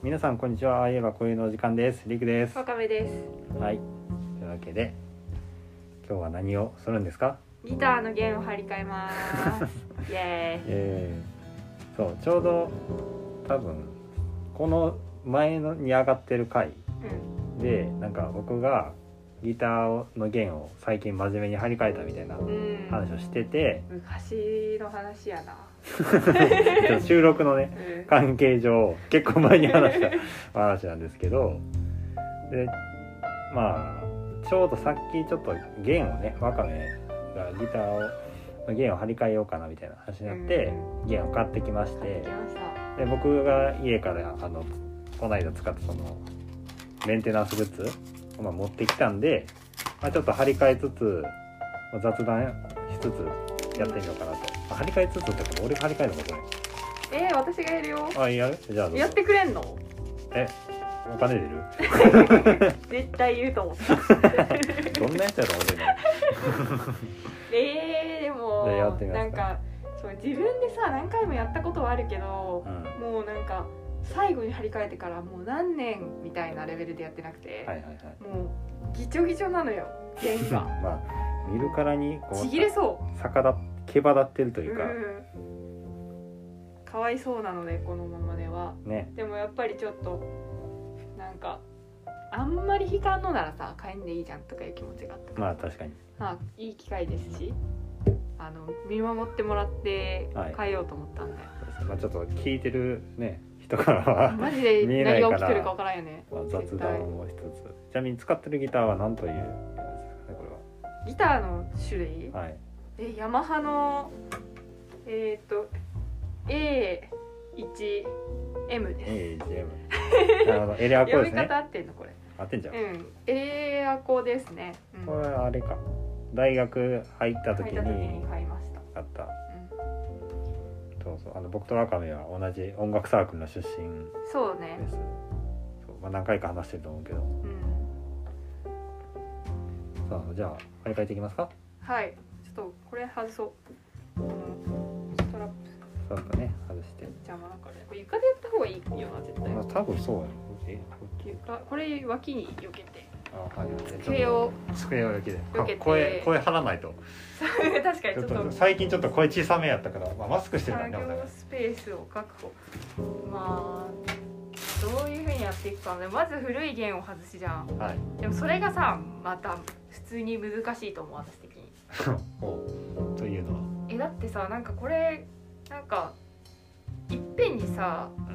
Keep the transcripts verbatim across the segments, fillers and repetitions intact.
皆さんこんにちは。ああいえばこういうのお時間です。りくです。 わかめです。 はい。というわけで今日は何をするんですか？ ギターの弦を張り替えますイエーイ、 えー、そうちょうど多分この前のに上がってる回で、うん、なんか僕がギターの弦を最近真面目に張り替えたみたいな話をしてて、 うん、昔の話やな収録のね、うん、関係上結構前に話した話なんですけど、でまあちょうどさっきちょっと弦をねわかめがギターを弦を張り替えようかなみたいな話になって、うん、弦を買ってきまして、で僕が家からあのこの間使ったそのメンテナンスグッズを、まあ、持ってきたんで、まあ、ちょっと張り替えつつ、まあ、雑談しつつやってみようかなと、うん、張り替えつつって俺が張り替えるのかこれえー、私がやるよ。 あ、やる？じゃあどうぞ。 やってくれんの？ えお金出る？ 絶対言うと思ったどんなやつやと思ってんのえー、でもなんかそう自分でさ何回もやったことはあるけど、うん、もうなんか最後に張り替えてからもう何年みたいなレベルでやってなくて、はいはいはい、もうギチョギチョなのよ弦がまあ見るからにこうちぎれそう逆だ毛羽立ってるというか、うん、 かわいそうなのでこのままでは、ね、でもやっぱりちょっとなんかあんまり悲観のならさ変えんでいいじゃんとかいう気持ちがあったから、 まあ確かに、 まあ、いい機会ですしあの見守ってもらって変えようと思ったんで、はい、 まあ、ちょっと聞いてるね人からはマジで何が起きてるか分からんよね、 まあ、雑談も一つ。ちなみに使ってるギターは何というやつですかね？これはギターの種類、 はい、 えヤマハのえっ、ー、と エーワンエム です。 エーワンエム なるほど。エレアコですね。 読み方合ってんのこれ？ 合ってんじゃん。 うん、エレアコですね、 うん、これはあれか、大学入った時に買いました。 買った、うん、そうそう、あの僕とワカメは同じ音楽サークルの出身です。 そうね。 そう、まあ、何回か話してると思うけど、うん、さあじゃあ張り替えていきますか。 はい、ちょっとこれ外そう、うん、ストラップストラップね外して、 邪魔だからこれ床でやった方がいいよな絶対。 まあ、多分そうやね。え床これ脇に避けて、 あ、はい、 机を机を避けて、 避けて声声張らないと確かにちょっと最近ちょっと声小さめやったから、まあ、マスクしてるからね。 作業スペースを確保、まあどういう風にやっていくかね。まず古い弦を外しじゃん、はい、でもそれがさまた普通に難しいと思う私的におというのはえだってさなんかこれなんかいっぺんにさ、うん、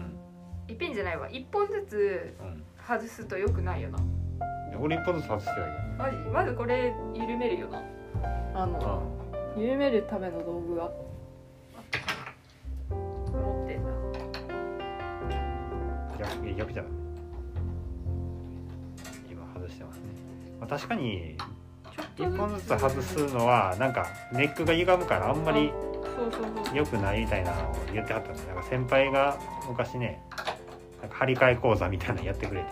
いっぺんじゃないわいっぽんずつ外すとよくないよな、 うん、俺いっぽんずつ外してはいい。 マジまずこれ緩めるよな、あの、うん、緩めるための道具が持ってんだ。 逆逆じゃない今外してますね、まあ、確かにいっぽんずつ外すのはなんかネックが歪むからあんまり良くないみたいなのを言ってはったんで、なんか先輩が昔ねなんか張り替え講座みたいなのやってくれて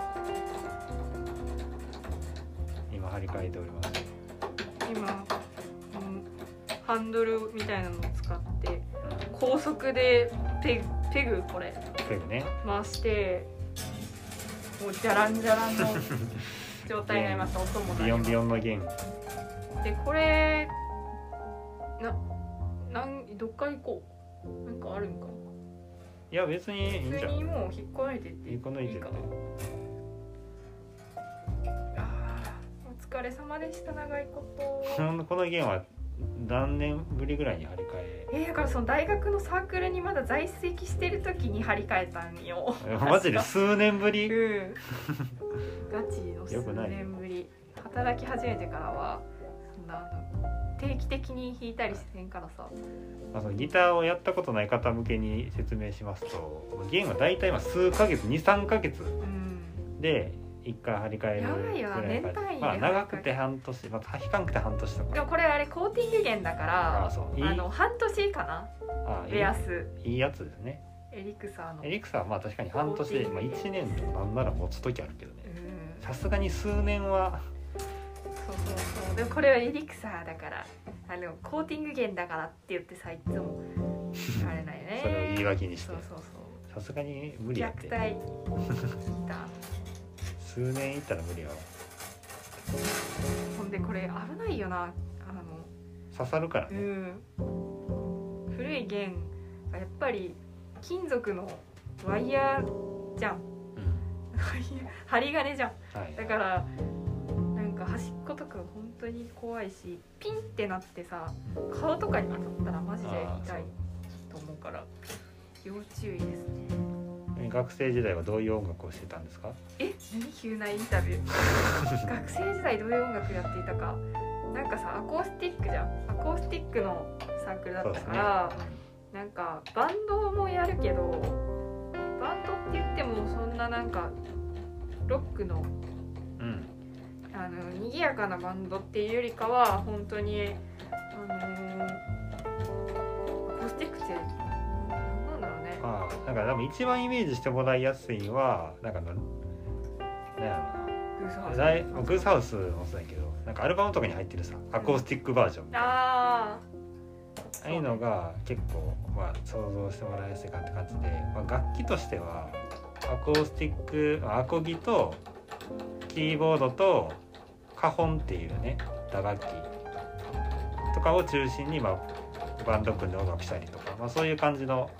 今張り替えております。 今、うん、ハンドルみたいなのを使って、うん、高速でペグ、ペグこれペグね回してもうジャランジャランの状態になりました。音もビヨンビヨンの弦でこれななんどっから行こう。なんかあるんかな。 いや別にいいんじゃん。 普通にもう引っこ抜いてっていいかな。あお疲れ様でした。長いことこの弦は何年ぶりぐらいに張り替ええー、だからその大学のサークルにまだ在籍してる時に張り替えたんよマジで数年ぶりうんガチの数年ぶり。働き始めてからはそんな定期的に弾いたりせんからさ、 まあ、そのギターをやったことない方向けに説明しますと、弦はだいたい数ヶ月 にさんかげつでいっかい張り替えるぐらい。 やばいよ年単位で、 まあ、長くて半年、まあ、引かんくて半年とか。 でもこれあれコーティング弦だからあそういいあの半年かなあベアスいいやつですね。 エリクサーのエリクサーはまあ確かに半年、まあ、いちねんとかなんなら持つ時あるけどね。さすがに数年はそうそうそう。でもこれはエリクサーだからあのコーティング弦だからって言ってさいつもあれないねそれを言い訳にして。 そうそうそうさすがに無理やって。 虐待数年いったら無理やわ。 ほんでこれ危ないよな、あの刺さるからね。 うん、古い弦がやっぱり金属のワイヤーじゃん、うん、針金じゃん、はい、だからなんか端っことか本当に怖いし、ピンってなってさ顔とかに当たったらマジで痛いと思うから要注意ですね。 学生時代はどういう音楽をしてたんですか？ え、何急なインタビュー学生時代どういう音楽やっていたか、なんかさアコースティックじゃん、アコースティックのサークルだったから、ね、なんかバンドもやるけど、バンドって言ってもそんななんかロックの、うん、あの賑やかなバンドっていうよりかは本当にあのー、アコースティックってああ、だから多分一番イメージしてもらいやすいのはなんかのなんやろな、ライグースハウスもそうだけど、なんかアルバムとかに入ってるさアコースティックバージョンみたいな、うん、あああいうのが結構まあ想像してもらいやすいかって感じで、まあ、楽器としてはアコースティックアコギとキーボードとカホンっていうね打楽器とかを中心にまあバンド組んで音楽したりとか、まあ、そういう感じの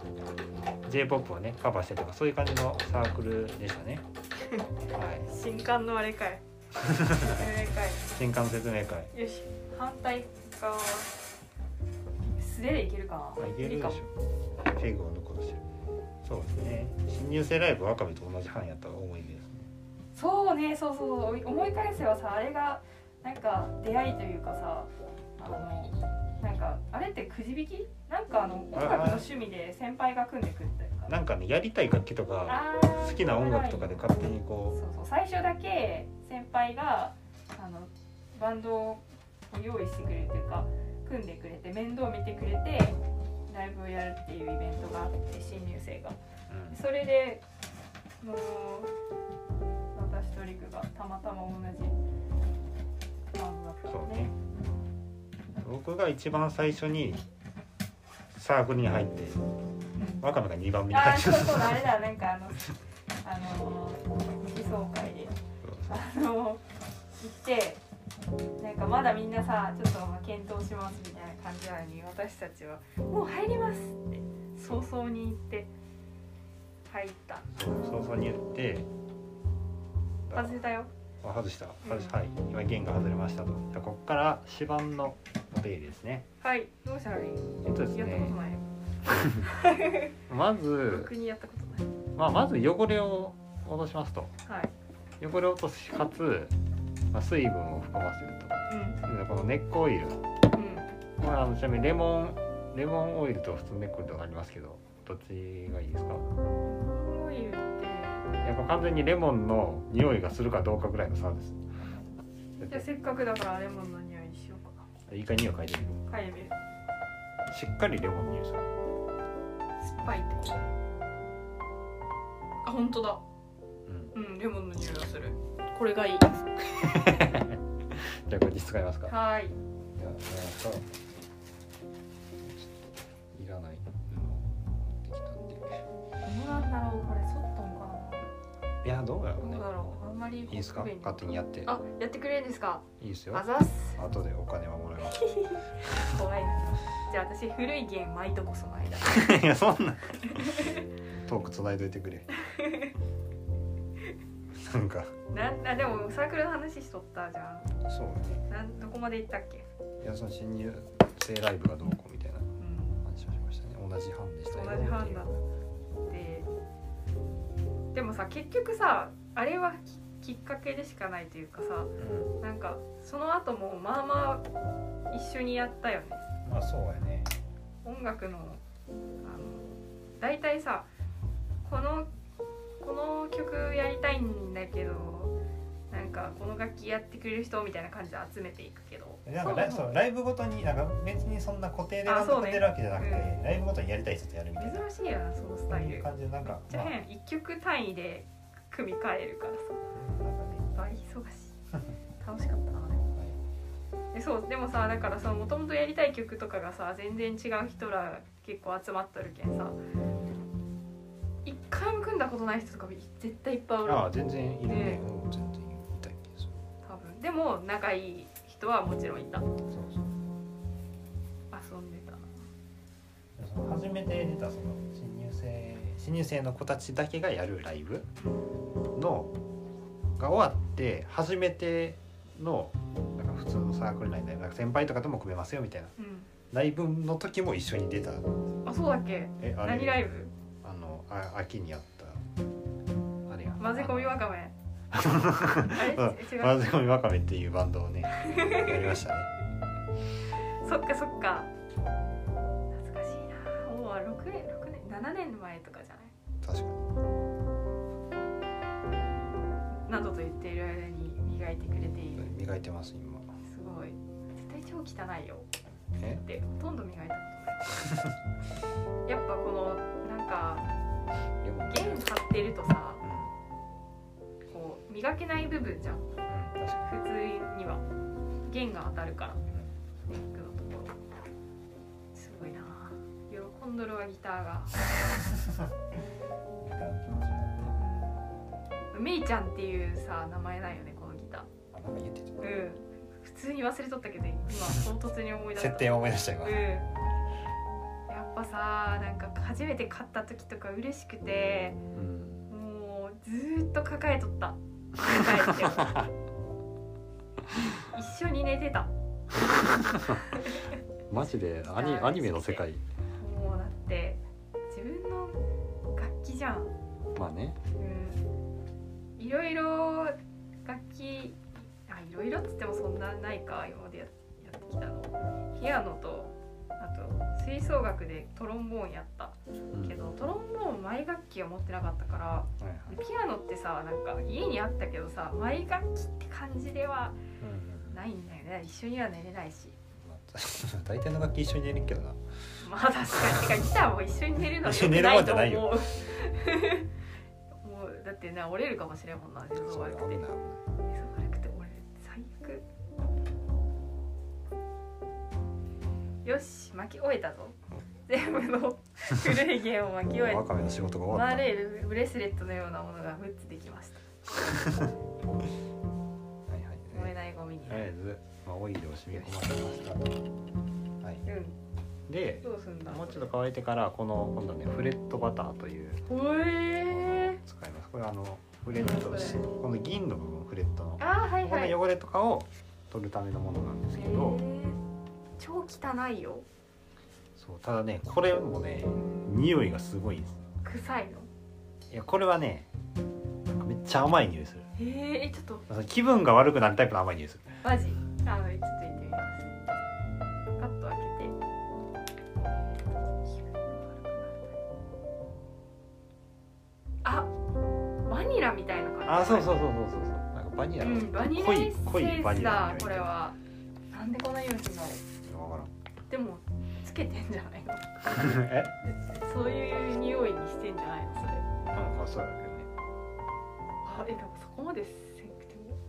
J-ポップ をねカバーしたりとか、そういう感じのサークルでしたねはい、 新刊のあれかい説明会新刊の説明会。 よし、反対側は素手でいけるかな。 いけるでしょ。ペグを抜こうとしてる。そうですね、新入生ライブワカメと同じ班やった思い出ですね。 そうね、そうそう、思い返せばさ、あれがなんか出会いというかさ、あのなんかあれってくじ引き？なんかあの音楽の趣味で先輩が組んでくれたりとか。 なんかね、やりたい楽器とか好きな音楽とかで勝手にこう。 そうそう、最初だけ先輩があのバンドを用意してくれるというか組んでくれて面倒見てくれてライブをやるっていうイベントがあって、新入生が、うん、それでもう私とリクがたまたま同じバンドだったんで、ね、 僕が一番最初にサークルに入って、ワカメがにばんめに入ってた。あ、そうそう、あれだ、なんかあのあの理想会であの行ってなんかまだみんなさちょっと検討しますみたいな感じなのに、私たちはもう入りますって早々に言って入った。 早々に言って外れたよ。 あ、外した、外し、うん、はい、今弦が外れましたと。じゃあここから指板のお手入れですね。 はい、どうしたらいい？ えっとですね、 やったことないよまず僕にやったことない、 まあ、まず汚れを落としますと、 はい、 汚れを落としかつ、まあ、水分を含ませると、うん、この根っこオイル、うん、これあのちなみにレモンレモンオイルと普通の根っこオイルとありますけど、どっちがいいですか？ オイルってやっぱ完全にレモンの匂いがするかどうかぐらいの差です。 じゃあせっかくだからレモンの匂いしようかな。 いいか匂い嗅いでみる。 嗅いでみる。 しっかりレモンの匂いする。 酸っぱいってこと？あ、本当だ。うん、うん、レモンの匂いがする。これがいい。 じゃあこれ実使いますか。 はい。 じゃあ使おう。いらない布持ってきたんで。 どうなんだろう、これそっとんかな。 いや、どうやろうね。 どうだろう、あんまり。いいですか？勝手にやって。 あ、やってくれるんですか？ いいですよ。 あざっす。 後でお金はもらいます。 怖いな。じゃあ私古い弦巻いとこその間。 いや、そんなトーク繋いどいてくれ。なんかなんあでもサークルの話しとったじゃん。 そうね。 なんどこまで行ったっけ？ いや、その新入生ライブがどうこうみたいな話をしましたね。同じ班でしたよ。 同じ班だ。で、でもさ結局さあれはきっかけでしかないというかさ、うん、なんかその後もまあまあ一緒にやったよね。 まあそうやね。 音楽のあのだいたいさこのこの曲やりたいんだけどなんかこの楽器やってくれる人みたいな感じで集めていくけど、 なんかライ、そうライブごとになんか別にそんな固定でなんとか出るわけじゃなくて、ね、うん、ライブごとにやりたい人とやるみたいな。 珍しいよなそのスタイル。 そういう感じでなんかじゃあ変、まあ、いっきょく単位で組み替えるからさ、なんかね倍忙しい。楽しかったな。でそうでもさだからさもともとやりたい曲とかがさ全然違う人ら結構集まっとるけんさ一回も組んだことない人とか絶対いっぱいおる。 ああ全然いるね。 ねうん、全然いたいです。 多分でも仲いい人はもちろんいた。そうそう。遊んでた。 その初めて出たその新入生新入生の子たちだけがやるライブのが終わって初めてのなんか普通のサークル内でなんか先輩とかとも組めますよみたいな、うん、ライブの時も一緒に出た。 あ、そうだっけ？え、あれ何ライブ？ あのあ秋にやったあれや混ぜ込みわかめあれ混ぜ込みわかめっていうバンドをねやりましたね。 そっかそっか、懐かしいな。もうろくねんろくねんななねんまえとかじゃない？ 確かになどと言っている間に磨いてくれている。 磨いてます今。 すごい。絶対超汚いよ。えってほとんど磨いたことないやっぱこのなんか弦張ってるとさ、うん、こう磨けない部分じゃん、うん、確かに普通には弦が当たるから、ネックのところすごいな。喜んどるわギターがメイちゃんっていうさ名前ないよねこのギター。 あ、なんか言ってた。 うん、普通に忘れとったけど今唐突に思い出した。 設定を思い出した今、うん、 やっぱさなんか初めて買った時とか嬉しくて、うん、もうずーっと抱えとった抱えて一緒に寝てたマジでアニ、アニメの世界。 もうだって自分の楽器じゃん。 まあね、 うん、いろいろ楽器いろいろっつってもそんなないか今まで や, やってきたの。ピアノとあと吹奏楽でトロンボーンやったけど、うん、トロンボーン毎楽器を持ってなかったから、はいはい、ピアノってさなんか家にあったけどさ毎楽器って感じではないんだよね。一緒には寝れないし、 まあ、大体の楽器一緒に寝るけどな。 まあ確かに。てかギターも一緒に寝るのは良くないと思うもうだってね折れるかもしれんもんな。自分悪くて悪くて折れる最悪。よし巻き終えたぞ。全部の古い弦を巻き終えた。 ワカメの仕事が終わった。 マーレールブレスレットのようなものがむっつできましたはいはい、燃えないゴミにとりあえず、まあ、オイルを染み込ませました。はい、うん、でどうすんだもうちょっと乾いてからこの今度ねフレットバターというものを使います。これあのフレットしこの銀の部分フレットの、 あ、はいはい、 この汚れとかを取るためのものなんですけど、 超汚いよ。 そうただねこれもね匂いがすごいです。 臭いの？ いやこれはねめっちゃ甘い匂いする。 えー、ちょっと気分が悪くなるタイプの甘い匂いする。 マジ？あのちょっと言ってみます。パッと開けて。あ、バニラみたいな感じ。 あ、そうそうそうそうそうそう。なんかバニラの、うん、 バニラ濃い濃いバニラだこれは。なんでこんな匂いするの？ わからん。 でもつけてんじゃないの？ え？ そういう匂いにしてんじゃないのそれ？ なんかそうだけどね。 あ、え、なんかそこまでせんくても。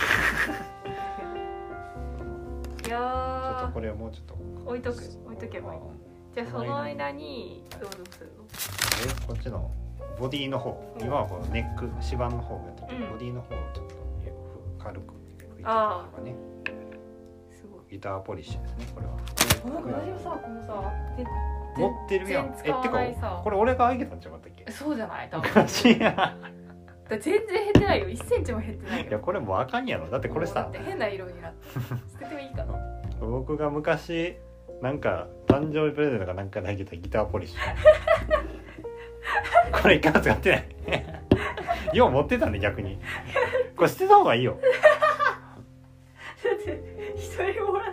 いやー。 ちょっとこれをもうちょっと置いとく置いとけばいい。じゃあその間にどうするの？ え、こっちのボディの方、うん、今はこのネック指板の方をやってる、うん、ボディの方をちょっと軽く拭いていくとかね。すごい。ギターポリッシュですねこれは。 なんか私もさこのさ持ってるやん。え、ってかこれ俺があげたんじゃなかったっけ？ そうじゃない多分。全然減ってないよ。いちセンチも減ってないよ。 いやこれもうあかんやろ。だってこれさ。 だって変な色になって捨ててもいいかな。 僕が昔なんか誕生日プレゼントかなんかであげたギターポリッシュ。これ一回も使ってない。よう持ってたね逆に。これ捨てた方がいいよ。 だって人にもらって。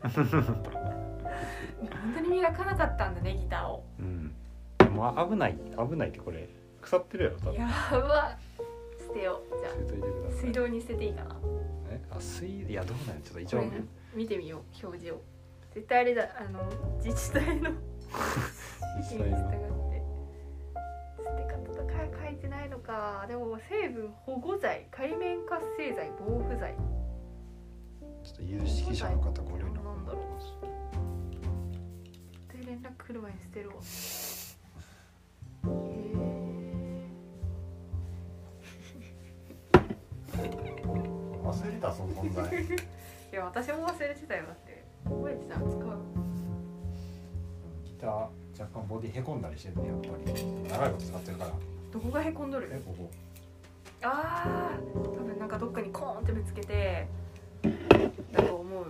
本当に磨かなかったんだねギターを。うん。 もう危ない危ないってこれ腐ってるやろ多分。 やば。捨てよう。じゃあ水道に捨てていいかな。 え、あ水いやどうなんやちょっと一応見てみよう表示を。絶対あれだあの自治体の指示に従って捨て方とか書いてないのか。でも成分保護剤、海面活性剤、防腐剤。 ちょっと有識者の方ご連絡なんだろう。で連絡来る前に捨てるわ。へえ。 問題いや私も忘れてたよ。だって覚えてたら使う。 ギター若干ボディへこんだりしてるね、やっぱり長いこと使ってるから。 どこがへこんどる？ えここ。 ああ多分なんかどっかにコーンってぶつけてだと思う。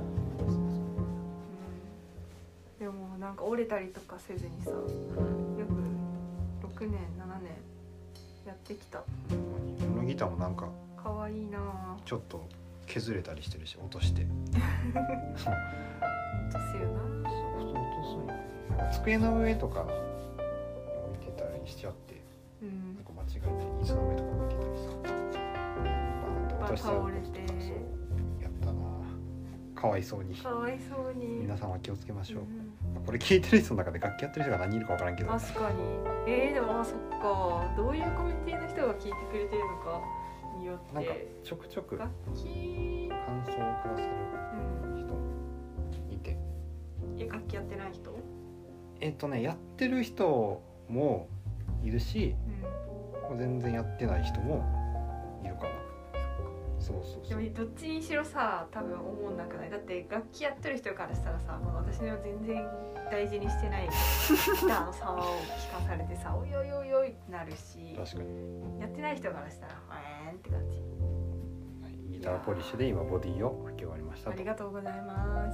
でもなんか折れたりとかせずにさ、よくろくねんななねんやってきた。このギターもなんかかわいいな。 ちょっと削れたりしてるし、落として落とすよな。 そう落とす。机の上とか置いてたりしちゃって、うん、なんか間違えて椅子の上とか置いてたりさ、バーンと落としちゃう。倒れてやったな。かわいそうに。 かわいそうに。 皆さんは気をつけましょう。うん、これ聞いてる人の中で楽器やってる人が何人いるか分からんけど。 確かに。えー、でもあそっか。どういうコミュニティの人が聞いてくれてるのかによって。 なんかちょくちょく楽器感想をくださる人いて。 うん、え楽器やってない人？ えっとねやってる人もいるし、うん、全然やってない人もいるかな。そうそうそう。 でもどっちにしろさ多分思んなくない？だって楽器やってる人からしたらさ、まあ、私の全然大事にしてないギターの様を聞かされてさおいおいおいおいってなるし、 確かにやってない人からしたらえーんって感じ。 はい、ギターポリッシュで今ボディを拭き終わりました。 ありがとうございます。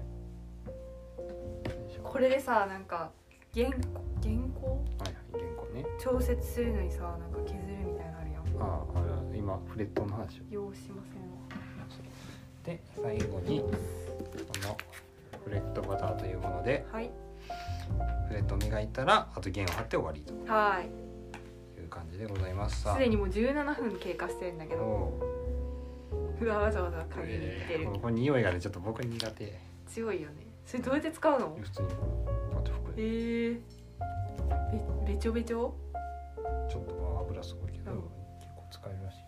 これでさなんか原稿原稿、 はいはい、原稿ね調節するのにさなんか削るみたいなのあるやん。 ああ、あれ今フレットの話をようしませんわ。 で最後にこのフレットバターというもので、はい、フレットを磨いたらあと弦を張って終わりという感じでございます。 すでにもうじゅうななふん経過してるんだけど、うわわざわざ嗅ぎに行ってる、えー、 この匂いがねちょっと僕苦手。 強いよね。それどうやって使うの？ 普通にこうやって拭く。えー、べべちょべちょ？ ちょっとまあ油すごいけど、うん、結構使えるらしい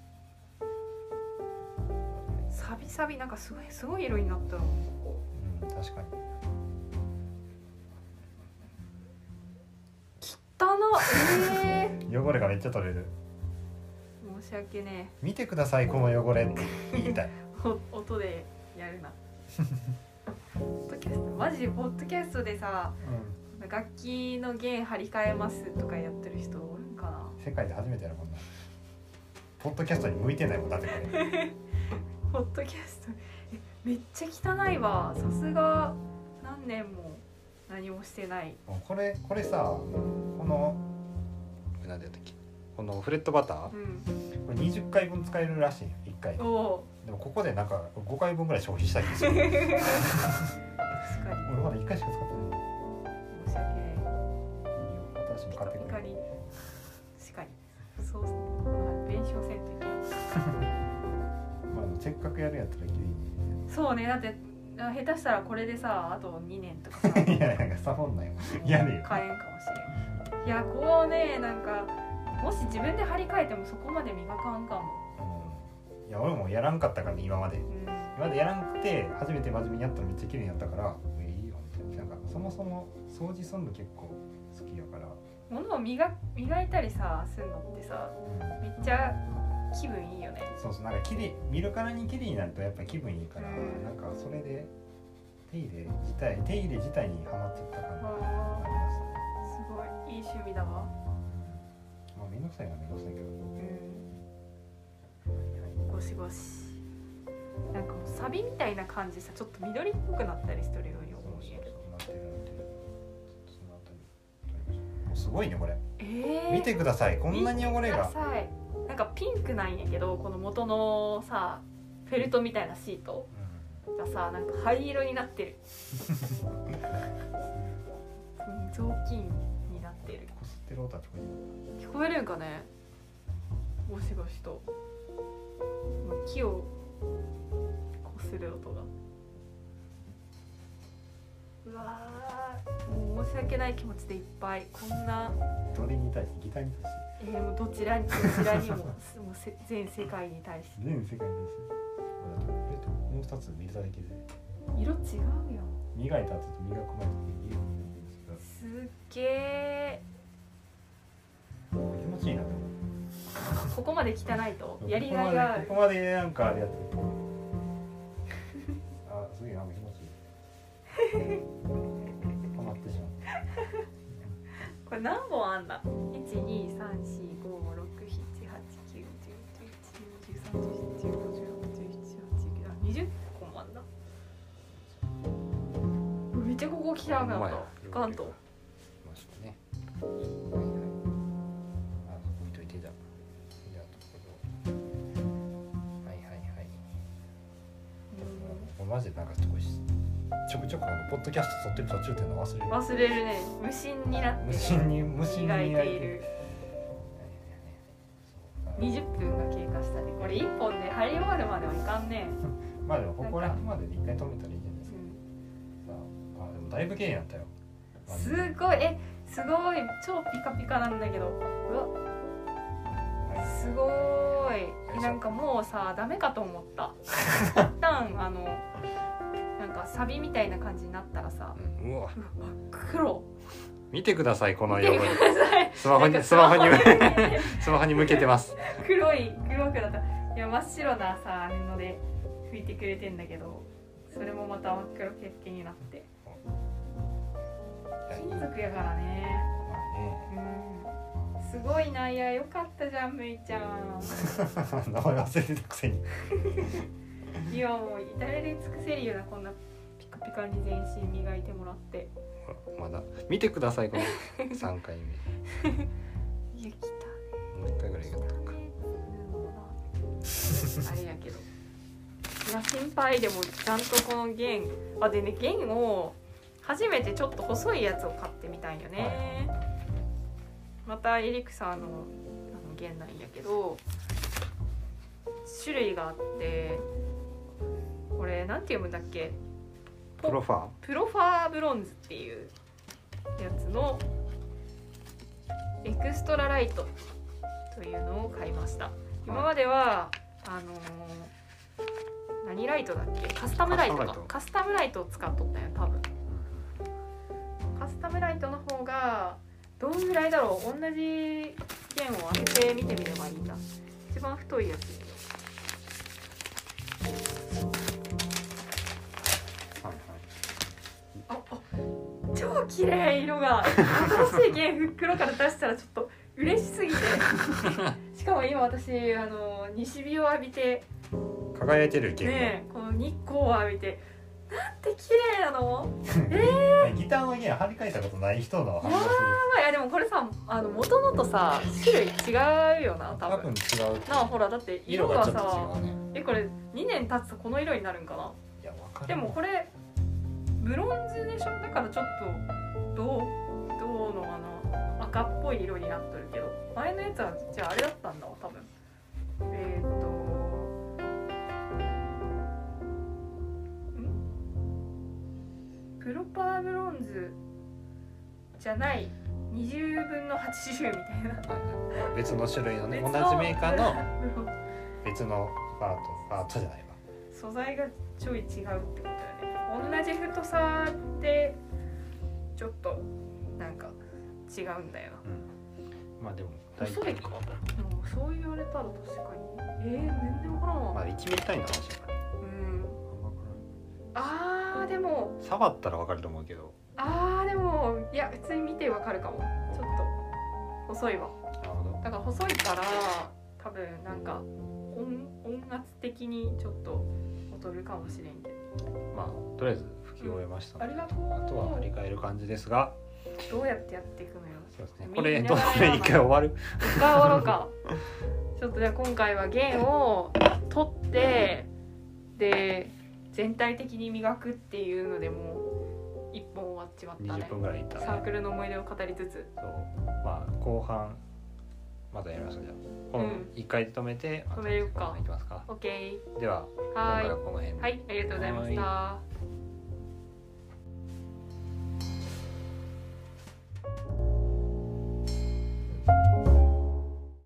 けどね。 サビサビなんかすごいすごい色になったの。 うん確かに。 汚っ。えー、 汚れがめっちゃ取れる。 申し訳ねえ。 見てくださいこの汚れって言いたい。 音でやるな。ポッドキャストマジでポッドキャストでさ、うん、楽器の弦張り替えますとかやってる人おるんかな。 世界で初めてやるこんな。ポッドキャストに向いてないもんだってこれ。 ポッドキャストえめっちゃ汚いわ。さすが何年も何もしてない。 これこれさ、この何でやったっけ、このフレットバター、うん、これにじゅっかいぶん使えるらしいよいっかい。おでもここでなんかごかいぶんぐらい消費した気がする。確かに俺まだいっかいしか使ってない。 申し訳ない。いいよ私も買ってくれ。 確かにそうっすね。弁償せんといけない。 まあせっかくやるやったらきれいに。 そうね。だって下手したらこれでさあとにねんとかさいやなんかサボんないよ。やるよ。 買えんかもしれん。いやこうねなんかもし自分で張り替えてもそこまで磨かんかも。 うん、いや俺もやらんかったからね今まで、うん、今までやらんくて初めて真面目にやったらめっちゃ綺麗にやったからいいよみたいな。なんかそもそも掃除するの結構好きやから物を 磨, 磨いたりさするのってさ、うん、めっちゃ気分いいよね。 そうそうなんか綺麗見るからに綺麗になるとやっぱり気分いいから、うん、なんかそれで手入れ自体手入れ自体にハマっちゃった感があります。 すごいいい趣味だわ。 まあめんどくさいのはめんどくさいけど、 うん、ゴシゴシなんかもうサビみたいな感じさちょっと緑っぽくなったりしてるように思う。 そうそうそうなってるなってる。そのあたりもうすごいねこれ、 えー、 見てくださいこんなに汚れが。 なんかピンクなんやけどこの元のさフェルトみたいなシートがさなんか灰色になってる。雑巾になってる。 こすってる音は聞こえるんかね。ゴシゴシと木をこする音が。うわーもう申し訳ない気持ちでいっぱい。こんなどれに対してギターに対してえー、もうどちらにどちらにももう全世界に対して全世界に対してこのふたつ見ただけで色違うよ。 磨いた後と磨く前に色がすっげー気持ちいいなでもこそこまで汚いとやりがいがある。 ここまでなんかあれやってあ、すげえなんか気持ちいいハマってしまうこれ何本あんだ ?いち、に、さん、よん、ご、ろく、なな、はち、きゅう、じゅう、じゅういち、じゅうさん、じゅうよん、じゅうご、じゅうろく、じゅうなな、じゅうはち、じゅうきゅう、にじゅっこもあんだ。めっちゃここ汚くなった。関東。 ましたね。はいはい。あ、置いといてじゃあ。じゃあところ。はいはいはい。もうマジでなんかちょこしちょくちょくあのポッドキャスト撮ってる途中っていうの忘れる。 忘れるね。無心になって。 無心に無心に磨いている。にじゅっぷんが経過したね。これいっぽんで入り終わるまではいかんね。 まあでもここら辺までで一回止めたらいいじゃないですか。うん、あ、でもだいぶ綺麗になったよ。 すごい、え、すごい、超ピカピカなんだけど。うわ、すごい。なんかもうさ、ダメかと思った。一旦あのなんかサビみたいな感じになったらさ、 うん、うわ、 黒。 見てくださいこの汚れ。 スマホにスマホにスマホに向けてます。 黒い黒くなった。いや真っ白なさ布で拭いてくれてんだけど、それもまた真っ黒けっけになって。金属やからね。 まあね。 うん。すごいな。いやよかったじゃんむいちゃん。 名前忘れてたくせに。 いやもう至れり尽くせるようなこんなピカピカに全身磨いてもらって。 まだ見てくださいこのさんかいめ。 いや来たね。 もういっかいぐらいやったか。 あれやけど。いや心配でもちゃんとこの弦あでね弦を初めてちょっと細いやつを買ってみたいよね。はい、またエリクサーのあの弦なんやけど種類があって、これなんて読むんだっけ？ プロファープロファーブロンズっていうやつのエクストラライトというのを買いました。今まではあのー、何ライトだっけ？カスタムライトか。カスタムライトを使っとったよ多分。カスタムライトの方がどんぐらいだろう。同じ弦を当てて見てみればいいんだ。一番太いやつ。超綺麗色が。新しい弦袋から出したらちょっと嬉しすぎて。しかも今私あの西日を浴びて輝いてる弦ね、この日光を浴びてなんて綺麗なの。 えー、ギターの弦張り替えたことない人の話でする。 いやでもこれさあの元々とさ種類違うよな多分。 多分違う。 なあほらだって色がさ色がちょっと違うね。 えこれにねん経つとこの色になるんかな。 いやわかる。 でもこれブロンズでしょ。だからちょっとどうどうのかな赤っぽい色になっとるけど、前のやつはじゃああれだったんだわ多分。えー、っとんプロパーブロンズじゃないにじゅうぶんのはちじゅうみたいな。 別の種類のね、同じメーカーの別のパートパートじゃないわ。 素材がちょい違うってことよね。同じ太さでちょっとなんか違うんだよな。 うん、まあでも細いか。うん、そう言われたら確かに。えー、全然わからんわ。 まあいちミリ単位の話だから。 うん。あーでも。 触ったらわかると思うけど。 あーでもいや普通に見てわかるかも。ちょっと細いわ。 なるほど。 だから細いから多分なんか音音圧的にちょっと劣るかもしれんけど。 まあとりあえず吹き終えましたので、 うん、ありがとう。 あとは張り替える感じですが、 どうやってやっていくのよ。 そうですね。これどうで一回終わる？ 一回終わろうか。ちょっとじゃあ今回は弦を取ってで全体的に磨くっていうのでもう一本終わっちまったね。 にじゅっぷんぐらいいったね。 サークルの思い出を語りつつ。 そう。まあ後半またやりましょう。じゃあこの一回止めて、 止めるか。 いきますか。 オッケー。では今回はこの辺で。 はい、ありがとうございました。